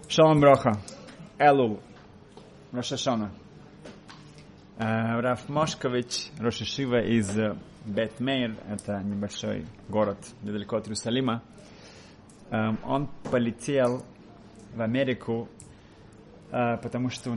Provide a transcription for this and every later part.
Шалом броха. Элул. Рош ха-Шана. Раф Мошкович, Рош ха-Йешива из Бет-Мейр, это небольшой город недалеко от Иерусалима. Он полетел в Америку, потому что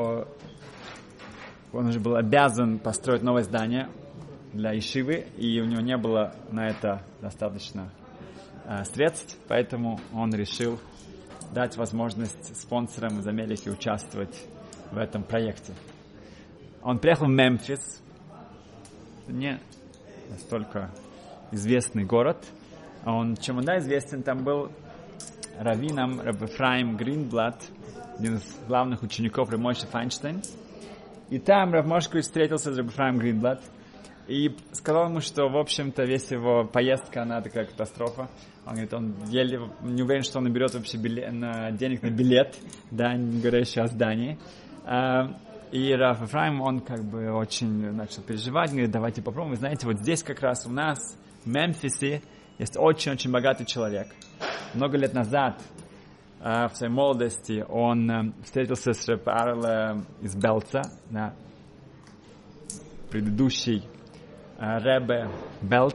он уже был обязан построить новое здание для Ешивы, и у него не было на это достаточно средств, поэтому он решил дать возможность спонсорам из Америки участвовать в этом проекте. Он приехал в Мемфис, не настолько известный город. Чем он известен, там был раввином Рав Ефраим Гринблат, один из главных учеников Рав Моше Файнштейн. И там Рав Мошкович встретился с Рав Ефраим Гринблат и сказал ему, что, в общем-то, весь его поездка, она такая катастрофа. Он говорит, он еле не уверен, что он наберет вообще денег на билет, да, не говоря еще о здании. И Рав Ефраим, он как бы очень начал переживать, говорит, давайте попробуем. Вы знаете, вот здесь как раз у нас, в Мемфисе, есть очень-очень богатый человек. Много лет назад, в своей молодости, он встретился с Рав Арле из Белца, да, предыдущий Ребе Белц.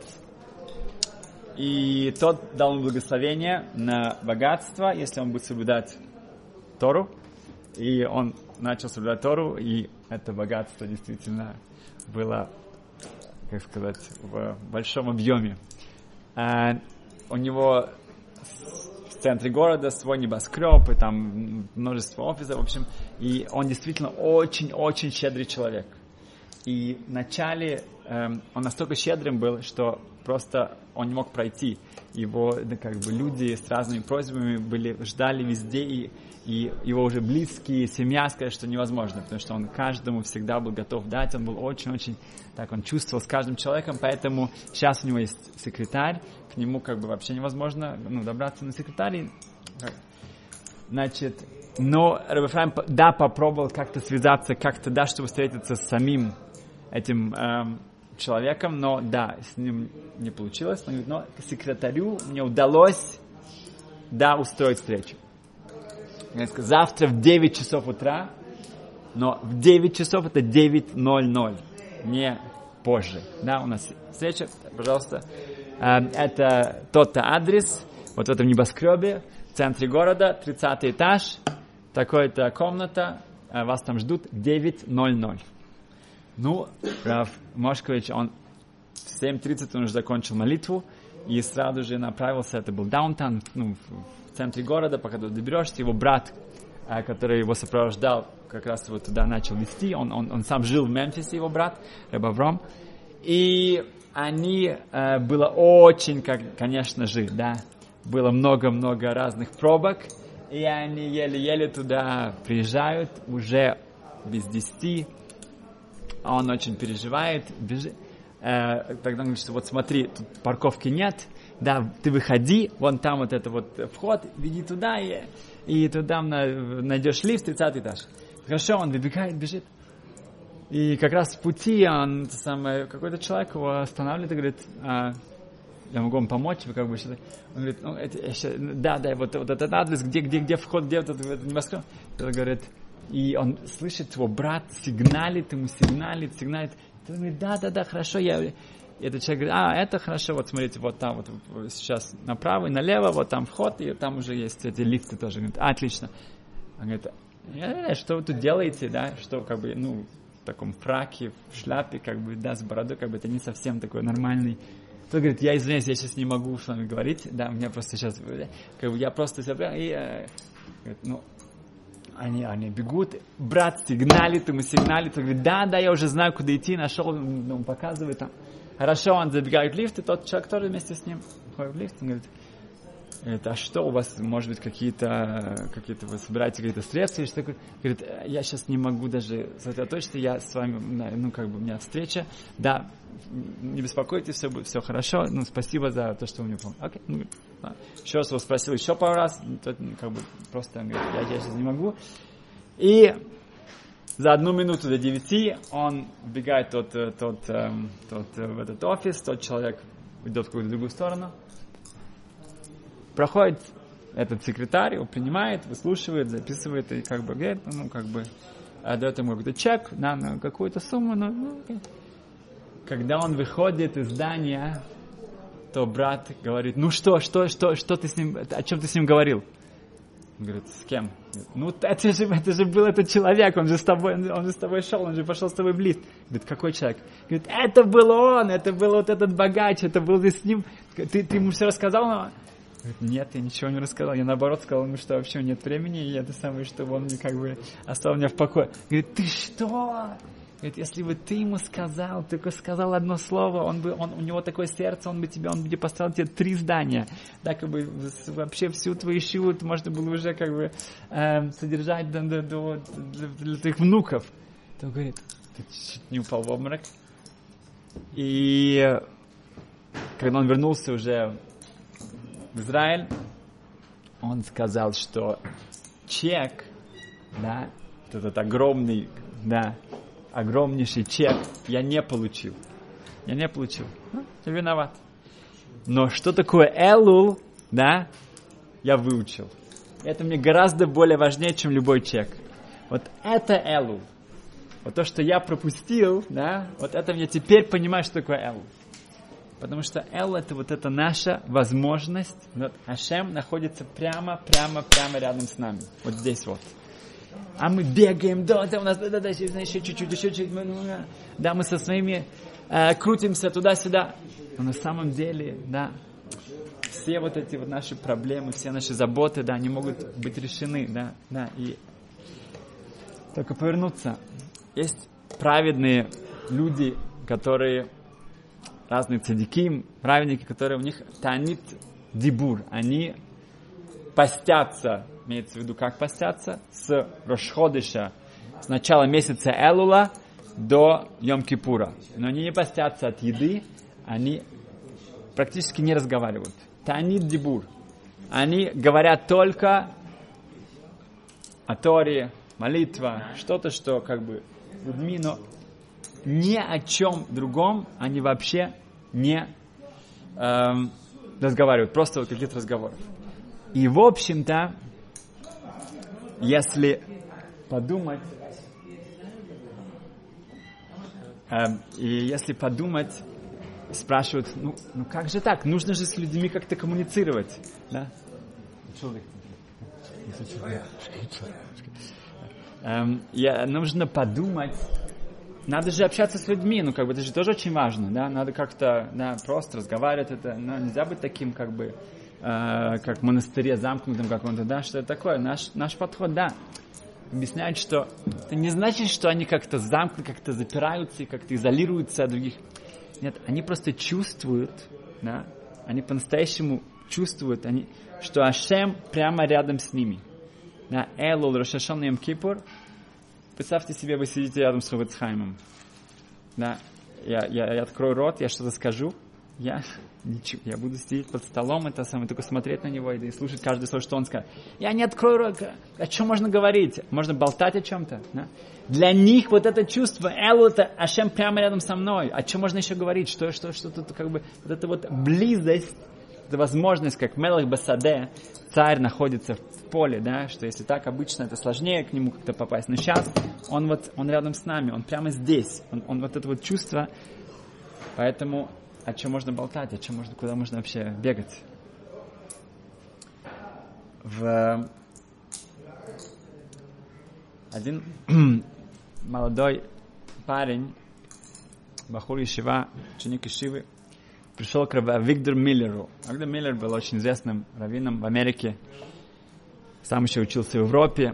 И тот дал ему благословение на богатство, если он будет соблюдать Тору. И он начал соблюдать Тору, и это богатство действительно было, как сказать, в большом объеме. У него в центре города свой небоскреб, и там множество офисов, в общем. И он действительно очень-очень щедрый человек. И вначале он настолько щедрым был, что просто он не мог пройти. Его люди с разными просьбами ждали везде, и его уже близкие, семья сказали, что невозможно, потому что он каждому всегда был готов дать, он был очень-очень, так он чувствовал с каждым человеком, поэтому сейчас у него есть секретарь, к нему вообще невозможно добраться на секретарь. Значит, но Рав Ефраим, попробовал как-то связаться, чтобы встретиться с самим этим человеком, но с ним не получилось. Он говорит, но секретарю мне удалось, устроить встречу. Я сказал, завтра в 9 часов утра, но в 9 часов это 9:00, не позже. У нас встреча, пожалуйста. Это тот-то адрес, вот в этом небоскребе, в центре города, 30-й этаж, такая-то комната, вас там ждут 9:00. Рав Мошкович, он в 7:30 он уже закончил молитву и сразу же направился, это был даунтаун, в центре города, пока ты доберешься, его брат, который его сопровождал, как раз его туда начал вести, он сам жил в Мемфисе, его брат, Рав Авром, и они, было очень, конечно же, было много-много разных пробок, и они еле-еле туда приезжают, уже без 10. Он очень переживает, бежит. Тогда он говорит, что вот смотри, тут парковки нет, ты выходи, вон там вот это вот вход, веди туда, и туда найдешь лифт, 30 этаж. Хорошо, он выбегает, бежит. И как раз в пути какой-то человек его останавливает и говорит, я могу вам помочь, вы Он говорит, вот этот адрес, где вход, где вот этот небоскреб. Он говорит, и он слышит, его брат сигналит. Он говорит, да, хорошо. Этот человек говорит, это хорошо, вот смотрите, вот там, вот сейчас направо и налево, вот там вход, и там уже есть эти лифты тоже. Он говорит, отлично. Он говорит, что вы тут делаете, что в таком фраке, в шляпе, с бородой, это не совсем такой нормальный. Тот говорит, я извиняюсь, я сейчас не могу с вами говорить, у меня просто сейчас, я просто себя, и говорит, они бегут, брат сигналит, ему сигналит, он говорит, да, я уже знаю, куда идти, нашел, он показывает там. Хорошо, он забегает в лифт, и тот человек тоже вместе с ним входит в лифт, он говорит, а что у вас, может быть, какие-то вы собираете какие-то средства, или что такое? Говорит, я сейчас не могу даже сосредоточиться, я с вами, у меня встреча, не беспокойтесь, все хорошо, спасибо за то, что вы мне помогли. Окей, еще раз его спросил еще пару раз, просто он говорит, я сейчас не могу. И за 1 минуту до 9 он вбегает в этот офис, тот человек идет в какую-то другую сторону. Проходит этот секретарь его принимает, выслушивает, записывает и как бы говорит, дает ему какой-то чек на какую-то сумму. Когда он выходит из здания, то брат говорит, что ты с ним, о чем ты с ним говорил? Он говорит, с кем? Это же был этот человек, он же с тобой шел, он же пошел с тобой в лифт. Говорит, какой человек? Говорит, это был он, это был вот этот богач, это был с ним. Ты ему все рассказал? Говорит, нет, я ничего не рассказал. Я наоборот сказал ему, что вообще нет времени, и это самое, чтобы он как бы оставил меня в покое. Говорит, ты что? Говорит, если бы ты ему сказал, только сказал одно слово, у него такое сердце, он бы поставил тебе 3 здания. Да, как бы вообще всю твою ищу можно было уже как бы содержать для твоих внуков. То говорит, ты чуть не упал в обморок. И когда он вернулся уже в Израиль, он сказал, что чек, да, этот огромный, да, огромнейший чек я не получил. Я виноват. Но что такое Элул, да, я выучил. Это мне гораздо более важнее, чем любой чек. Вот это Элул. Вот то, что я пропустил, да, вот это мне теперь понимаю, что такое Элул. Потому что Элул это наша возможность. Вот Ашем находится прямо рядом с нами. Вот здесь вот. А мы бегаем, у нас, еще чуть-чуть, да, мы со своими крутимся туда-сюда. Но на самом деле, да, все вот эти вот наши проблемы, все наши заботы, да, они могут быть решены, да, и только повернуться. Есть праведные люди, которые, разные цадиким, праведники, которые у них танит дибур, они постятся. Имеется в виду, как постятся? С Рош-ходыша, с начала месяца Элула до Йом-Кипура. Но они не постятся от еды, они практически не разговаривают. Танит дибур. Они говорят только о Торе, молитва, что-то, что как бы людьми, но ни о чем другом они вообще не разговаривают. Просто вот каких-то разговоров. И в общем-то, если подумать, спрашивают, ну как же так? Нужно же с людьми как-то коммуницировать, да? Нужно подумать, надо же общаться с людьми, это же тоже очень важно, да? Надо как-то, да, просто разговаривать, нельзя быть таким, как в монастыре замкнутым каком-то, да, что это такое, наш подход, да, объясняют, что это не значит, что они как-то замкнуты, как-то запираются и как-то изолируются от других. Нет, они просто чувствуют, да, они по-настоящему чувствуют, что Ашем прямо рядом с ними. Да, Элул, Рош ха-Шана, Йом Кипур. Представьте себе, вы сидите рядом с Хафец Хаимом. Да, я открою рот, я что-то скажу, я буду сидеть под столом, только смотреть на него и слушать каждое слово, что он скажет. Я не открою рот. О чем можно говорить? Можно болтать о чем-то. Да? Для них вот это чувство, это Ашем прямо рядом со мной. О чем можно еще говорить? Что тут как бы, вот эта вот близость, эта возможность, как Мелах Басаде, царь находится в поле, да, что если так обычно, это сложнее к нему как-то попасть. Но сейчас он рядом с нами, он прямо здесь. Он вот это вот чувство, поэтому о чем можно болтать, куда можно вообще бегать. Один молодой парень, бахур Ешива, ученик Ешивы, пришел к Авигдору Миллеру. Авигдор Миллер был очень известным раввином в Америке, сам еще учился в Европе.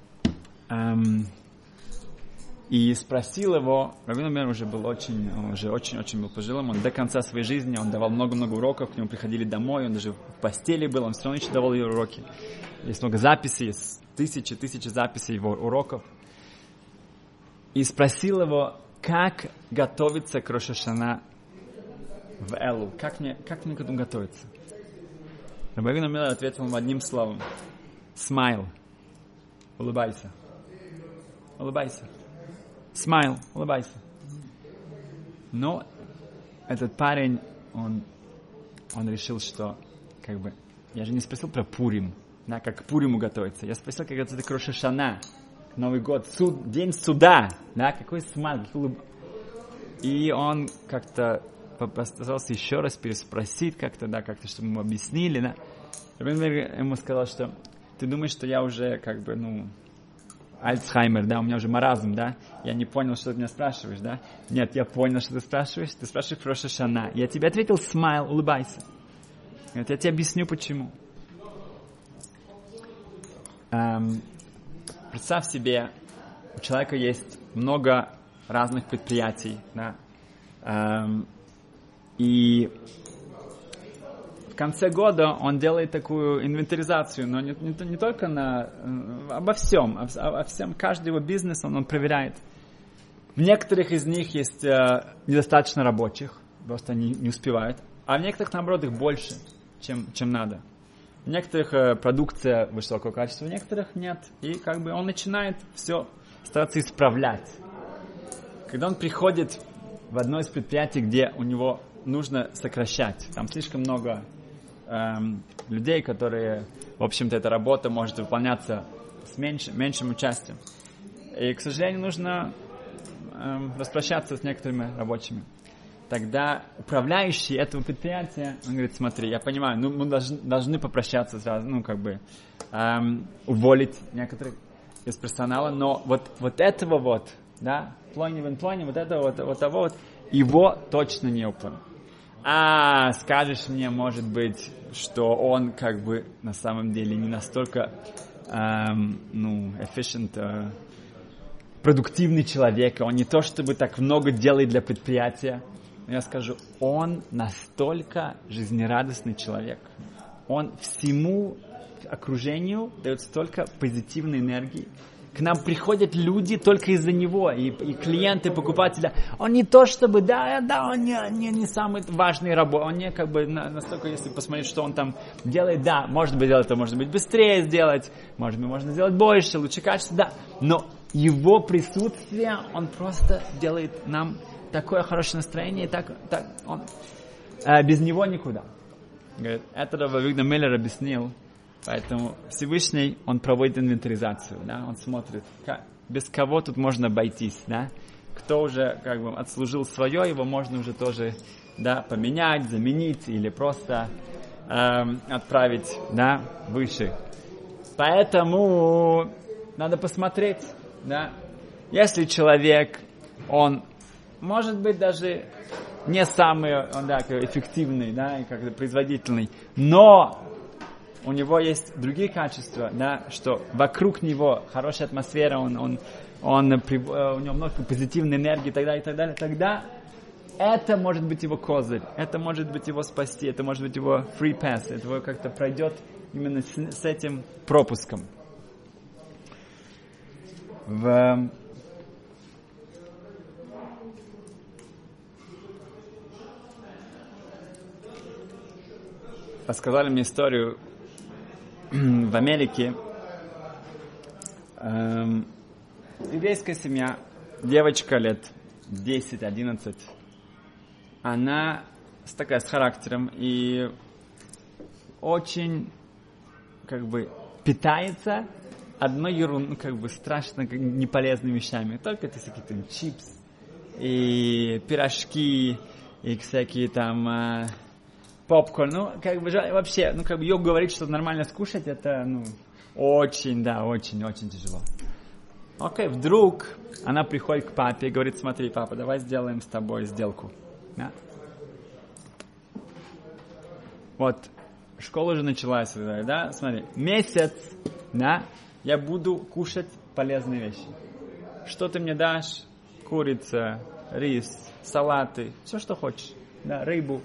И спросил его, Раввин Миллер уже очень был пожилым, он до конца своей жизни, он давал много-много уроков, к нему приходили домой, он даже в постели был, он все равно еще давал ей уроки. Есть много записей, есть тысячи записей его уроков. И спросил его, как готовиться к Рош ха-Шана в Элул, как мне к этому готовиться? Раввин Миллер ответил ему одним словом: смайл, улыбайся. Смайл, улыбайся. Но этот парень, он решил, что, я же не спросил про Пурим, да, как к Пуриму готовится. Я спросил, как это Рош ха-Шана, Новый год, день суда, да, какой смайл, и он как-то постарался еще раз переспросить как-то, да, как-то, чтобы ему объяснили, да. Я ему сказал, что ты думаешь, что я уже как бы, Альцхаймер, да, у меня уже маразм, да, я не понял, что ты меня спрашиваешь, да. Нет, я понял, что ты спрашиваешь про Рош ха-Шана. Я тебе ответил, смайл, улыбайся. Я тебе объясню, почему. Представь себе, у человека есть много разных предприятий, да, и в конце года он делает такую инвентаризацию, но не только обо всем, каждый его бизнес он проверяет. В некоторых из них есть недостаточно рабочих, просто они не успевают, а в некоторых, наоборот, их больше, чем надо. В некоторых продукция высокого качества, в некоторых нет. И как бы он начинает все стараться исправлять. Когда он приходит в одно из предприятий, где у него нужно сокращать, там слишком много людей, которые, в общем-то, эта работа может выполняться с меньшим участием. И, к сожалению, нужно распрощаться с некоторыми рабочими. Тогда управляющий этого предприятия, он говорит, смотри, я понимаю, мы должны попрощаться сразу, уволить некоторых из персонала, но вот этого да, плойни, вот этого того, его точно не управляют. Скажешь мне, может быть, что он как бы на самом деле не настолько efficient, продуктивный человек, он не то чтобы так много делает для предприятия. Но я скажу, он настолько жизнерадостный человек. Он всему окружению дает столько позитивной энергии. К нам приходят люди только из-за него, и клиенты, покупатели. Он не то чтобы, он не самый важный работник, он не как бы настолько, если посмотреть, что он там делает, может быть, это может быть быстрее сделать, может быть, можно сделать больше, лучше качество, но его присутствие, он просто делает нам такое хорошее настроение, он без него никуда. Говорит, это Рав Авигдор Миллер объяснил, поэтому Всевышний, он проводит инвентаризацию, да, он смотрит, без кого тут можно обойтись, да, кто уже как бы отслужил свое, его можно уже тоже, да, поменять, заменить или просто отправить, да, выше. Поэтому надо посмотреть, да, если человек, он может быть даже не самый эффективный, да, и как-то производительный, но у него есть другие качества, да, что вокруг него хорошая атмосфера, у него много позитивной энергии и так далее, тогда это может быть его козырь, это может быть его спасти, это может быть его free pass, это его как-то пройдет именно с этим пропуском. Рассказали мне историю в Америке. Еврейская семья, девочка лет 10-11, она такая с характером и очень как бы питается одной ерундой, страшно неполезными вещами. Только это всякие там чипсы и пирожки и всякие там попкорн, вообще, йог говорит, что нормально скушать, это, очень тяжело. Окей, вдруг она приходит к папе и говорит, смотри, папа, давай сделаем с тобой сделку. Да? Школа уже началась, да, смотри, месяц, да, я буду кушать полезные вещи. Что ты мне дашь? Курица, рис, салаты, все, что хочешь, да, рыбу,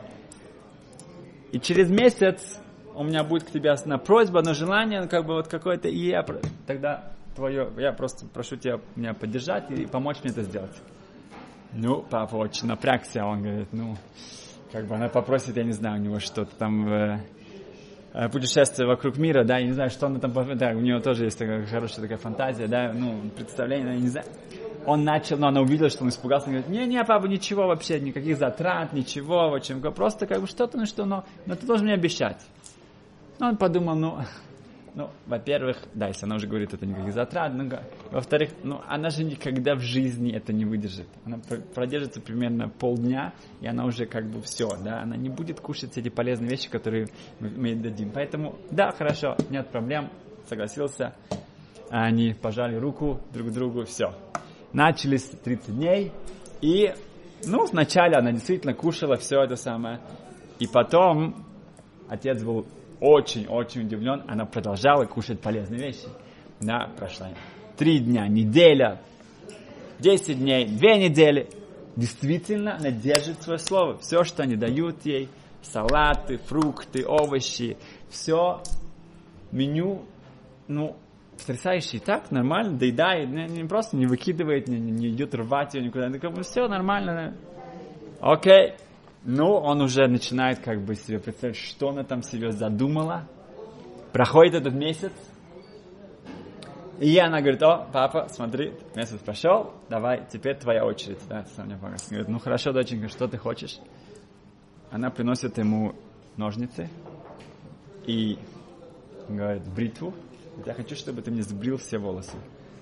И через месяц у меня будет к тебе одна просьба, одно желание, какое-то, и я просто прошу тебя меня поддержать и помочь мне это сделать. Папа очень напрягся, он говорит, она попросит, я не знаю, у него что-то там, путешествие вокруг мира, да, я не знаю, что она там, да, у него тоже есть хорошая такая фантазия, да, представление, я не знаю. Он начал, но она увидела, что он испугался, он говорит, не, папа, ничего вообще, никаких затрат, ничего, просто что-то, но ты должен мне обещать. Он подумал, во-первых, да, если она уже говорит, это никаких затрат, во-вторых, она же никогда в жизни это не выдержит. Она продержится примерно полдня, и она уже все, да, она не будет кушать эти полезные вещи, которые мы ей дадим. Поэтому, да, хорошо, нет проблем, согласился. Они пожали руку друг другу, все. Начались 30 дней, и, вначале она действительно кушала все это самое, и потом отец был очень-очень удивлен, она продолжала кушать полезные вещи. Да, прошло 3 дня, неделя, 10 дней, 2 недели. Действительно, она держит свое слово. Все, что они дают ей, салаты, фрукты, овощи, все, меню, потрясающий, так, нормально, доедает, не просто не выкидывает, не идет рвать ее никуда, все нормально. Окей. Он уже начинает себе представлять, что она там себе задумала. Проходит этот месяц, и она говорит: папа, смотри, месяц прошел, давай, теперь твоя очередь. Да, ты сам мне помог. Говорит: хорошо, доченька, что ты хочешь? Она приносит ему ножницы и говорит: бритву. Я хочу, чтобы ты мне сбрил все волосы.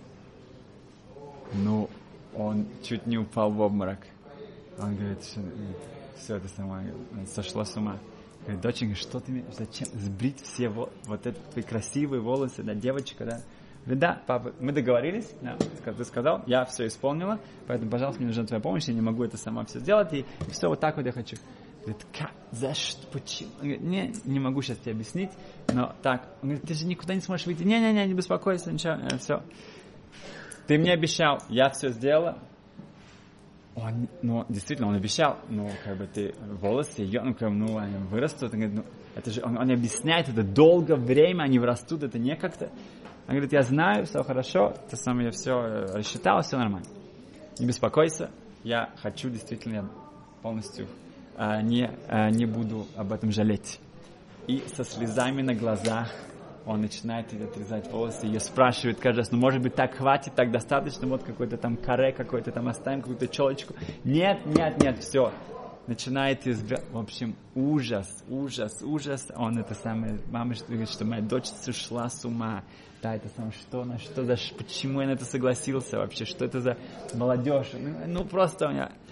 Он чуть не упал в обморок. Он говорит: все это самое, сошло с ума. Говорит: доченька, что ты мне, зачем сбрить все вот эти твои красивые волосы, да, девочка, да? Говорит: да, папа, мы договорились, да, ты сказал, я все исполнила, поэтому, пожалуйста, мне нужна твоя помощь, я не могу это сама все сделать, и все вот так вот я хочу. Говорит: за что, почему? Он говорит: не могу сейчас тебе объяснить, но так. Он говорит: ты же никуда не сможешь выйти. Не беспокойся, ничего, все. Ты мне обещал, я все сделала. Действительно, он обещал, ты волосы ее, они вырастут. Он говорит: это же, он объясняет, это долгое время, они вырастут, это не как-то. Он говорит: я знаю, все хорошо, ты сам я все рассчитал, все нормально. Не беспокойся, я хочу действительно, я полностью не буду об этом жалеть. И со слезами на глазах он начинает ей отрезать волосы, ее спрашивает каждый раз: может быть, так хватит, так достаточно, вот какой-то там каре, какой-то там оставим, какую-то челочку. Нет, все. Начинает избирать. В общем, ужас. Он это самое, мама говорит, что моя дочь сошла с ума. Да, это самое, почему я на это согласился вообще, что это за молодежь? Просто у меня...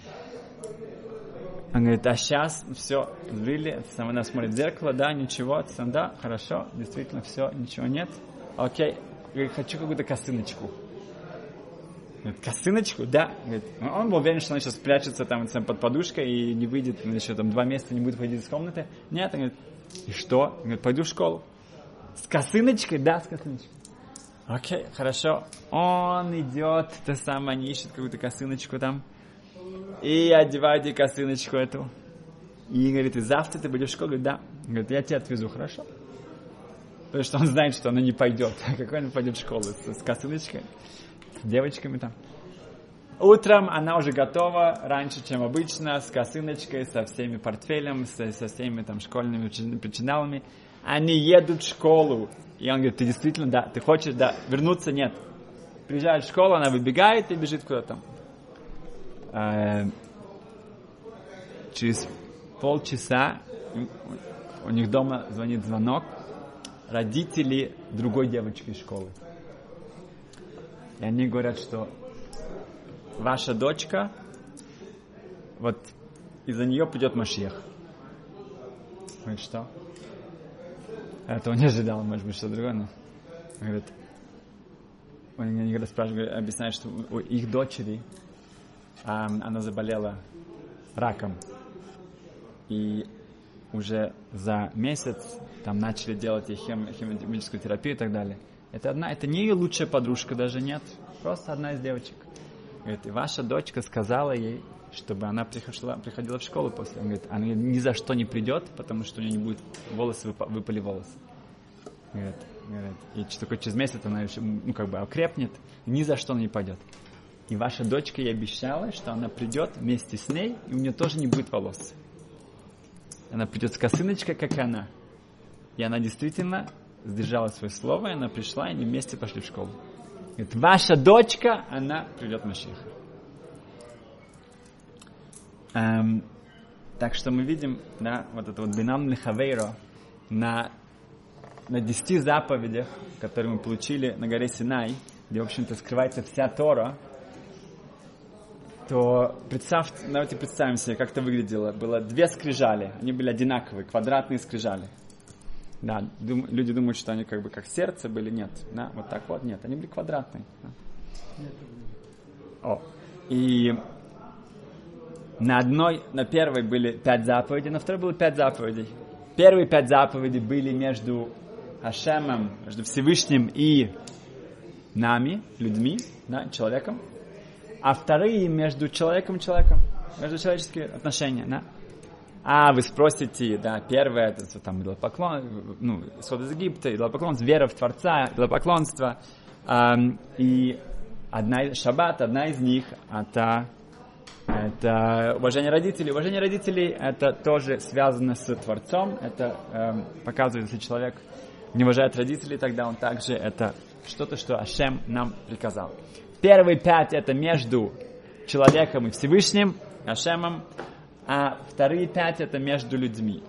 Он говорит: а сейчас все, сбрили, она смотрит в зеркало, да, ничего, да, хорошо, действительно все, ничего нет, окей, говорит: хочу какую-то косыночку. Говорит: косыночку? Да. Говорит, он был уверен, что она сейчас спрячется там под подушкой и не выйдет, еще 2 месяца не будет выходить из комнаты. Нет, он говорит: и что? Он говорит: пойду в школу. С косыночкой? Да, с косыночкой. Окей, хорошо. Он идет, они ищут какую-то косыночку там. И одевает ей косыночку эту. И говорит: и завтра ты будешь в школу? Говорит: да. Говорит: я тебя отвезу, хорошо? Потому что он знает, что она не пойдет. Какой она пойдет в школу? С косыночкой? С девочками там. Утром она уже готова, раньше, чем обычно, с косыночкой, со всеми портфелем, со всеми там школьными причиналами. Они едут в школу. И он говорит: ты действительно, да, ты хочешь, да, вернуться? Нет. Приезжает в школу, она выбегает и бежит куда-то. Через полчаса у них дома звонит звонок. Родители другой девочки из школы. И они говорят, что ваша дочка, вот из-за нее придет Машиах. Говорит: что? Это он не ожидал, может быть, что другое. Но... Говорит, они спрашивают, объясняют, что у их дочери она заболела раком. И уже за месяц там начали делать ей химическую терапию и так далее. Это не ее лучшая подружка, даже нет. Просто одна из девочек. Говорит: и ваша дочка сказала ей, чтобы она приходила в школу после. Она ни за что не придет, потому что у нее не будет выпали волосы. Говорит, и только через месяц она окрепнет, ни за что она не пойдет. И ваша дочка ей обещала, что она придет вместе с ней, и у нее тоже не будет волос. Она придет с косыночкой, как и она. И она действительно сдержала свое слово, и она пришла, и они вместе пошли в школу. Говорит: ваша дочка, она придет в Машиаха. Так что мы видим, да, вот это вот бинам лехавейро, на на 10 заповедях, которые мы получили на горе Синай, где, в общем-то, скрывается вся Тора, то давайте представим себе, как это выглядело. Было 2 скрижали, они были одинаковые, квадратные скрижали. Да, люди думают, что они как бы как сердце были, нет. Да, вот так вот, нет, они были квадратные. Да. И на первой были 5 заповедей, на второй было 5 заповедей. Первые 5 заповедей были между Ашемом, между Всевышним и нами, людьми, да, человеком. А вторые между человеком и человеком, между человеческие отношения, да. А вы спросите, да, первое, это там идолопоклон, исход из Египта, идолопоклонство, вера в Творца, идолопоклонство. И шаббат, одна из них, это уважение родителей. Уважение родителей, это тоже связано с Творцом. Это показывает, если человек не уважает родителей, тогда он также это что-то, что Ашем нам приказал. Первые 5 это между человеком и Всевышним, Ашемом, а вторые 5 это между людьми.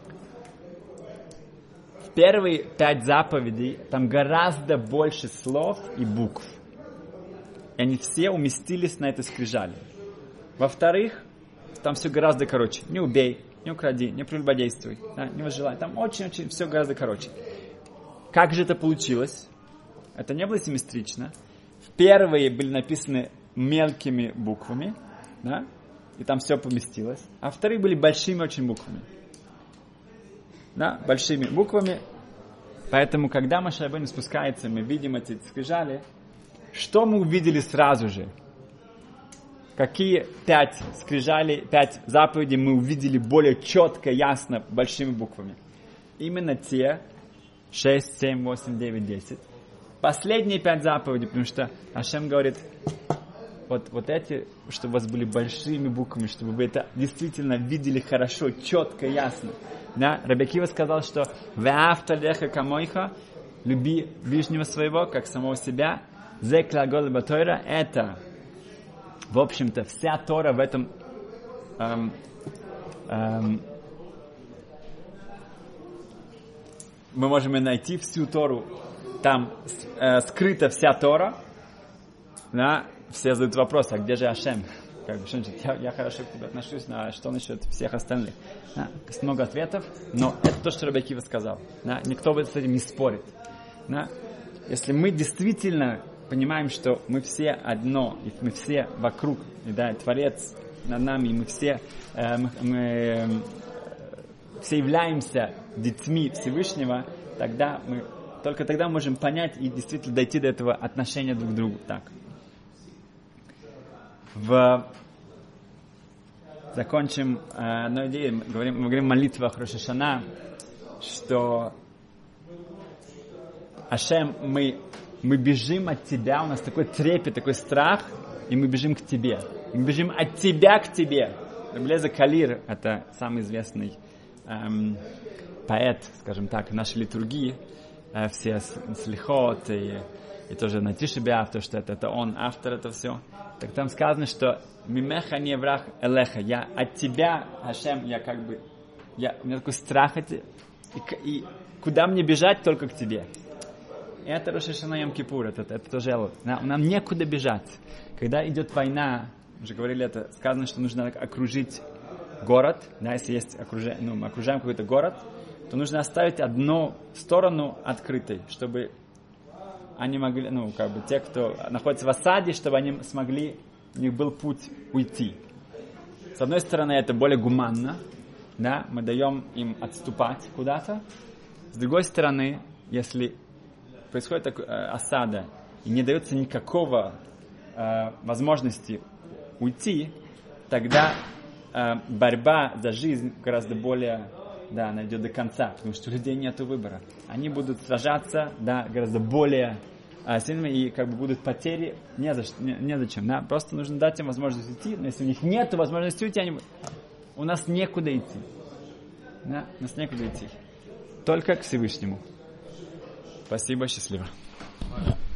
В первые 5 заповедей там гораздо больше слов и букв. И они все уместились на этой скрижали. Во-вторых, там все гораздо короче. Не убей, не укради, не прелюбодействуй, да, не возжелай. Там очень-очень все гораздо короче. Как же это получилось? Это не было симметрично. Первые были написаны мелкими буквами, да, и там все поместилось. А вторые были большими очень буквами. Да, большими буквами. Поэтому, когда Моше Рабейну спускается, мы видим эти скрижали, что мы увидели сразу же? Какие 5 скрижалей, 5 заповедей мы увидели более четко, ясно, большими буквами? Именно те 6, 7, 8, 9, 10. Последние 5 заповедей, потому что Ашем говорит, вот эти, чтобы у вас были большими буквами, чтобы вы это действительно видели хорошо, четко, ясно. Да? Раби Акива сказал, что «Веафта леха камойха» — «люби ближнего своего, как самого себя». «Зе клагол батойра» — это, в общем-то, вся Тора в этом мы можем и найти всю Тору. Там скрыта вся Тора, да, все задают вопрос, а где же Ашем? Как бы, что значит, я хорошо к тебе отношусь, а что насчет всех остальных? Да, много ответов, но это то, что Раби Акива сказал. Да, никто с этим не спорит. Да. Если мы действительно понимаем, что мы все одно, и мы все вокруг, и, да, Творец над нами, и мы все являемся детьми Всевышнего, тогда только тогда можем понять и действительно дойти до этого отношения друг к другу. Так. Закончим одной идеей. Мы говорим в молитвах Рош ха-Шана, что Ашем, мы бежим от Тебя, у нас такой трепет, такой страх, и мы бежим к Тебе. Мы бежим от Тебя к Тебе. Ребелезер Калир, это самый известный поэт, скажем так, в нашей литургии, все слихот и тоже на Тише б'Ав, то, что это он автор этого всего. Так там сказано, что «Мимеха не врах элеха», я от тебя, Ашем, у меня такой страх, и куда мне бежать, только к тебе. И это Рош ха-Шана Йом-Кипур, это тоже Элот. Нам некуда бежать. Когда идет война, уже говорили это, сказано, что нужно окружить город, да, если есть мы окружаем какой-то город, то нужно оставить одну сторону открытой, чтобы они могли, те, кто находится в осаде, чтобы они смогли, у них был путь уйти. С одной стороны, это более гуманно, да, мы даем им отступать куда-то. С другой стороны, если происходит осада и не дается никакого возможности уйти, тогда борьба за жизнь гораздо более, да, она идет до конца, потому что у людей нет выбора. Они будут сражаться, да, гораздо более сильными, и будут потери незачем. Да? Просто нужно дать им возможность уйти, но если у них нет возможности уйти, у нас некуда идти. Да? У нас некуда идти. Только к Всевышнему. Спасибо, счастливо.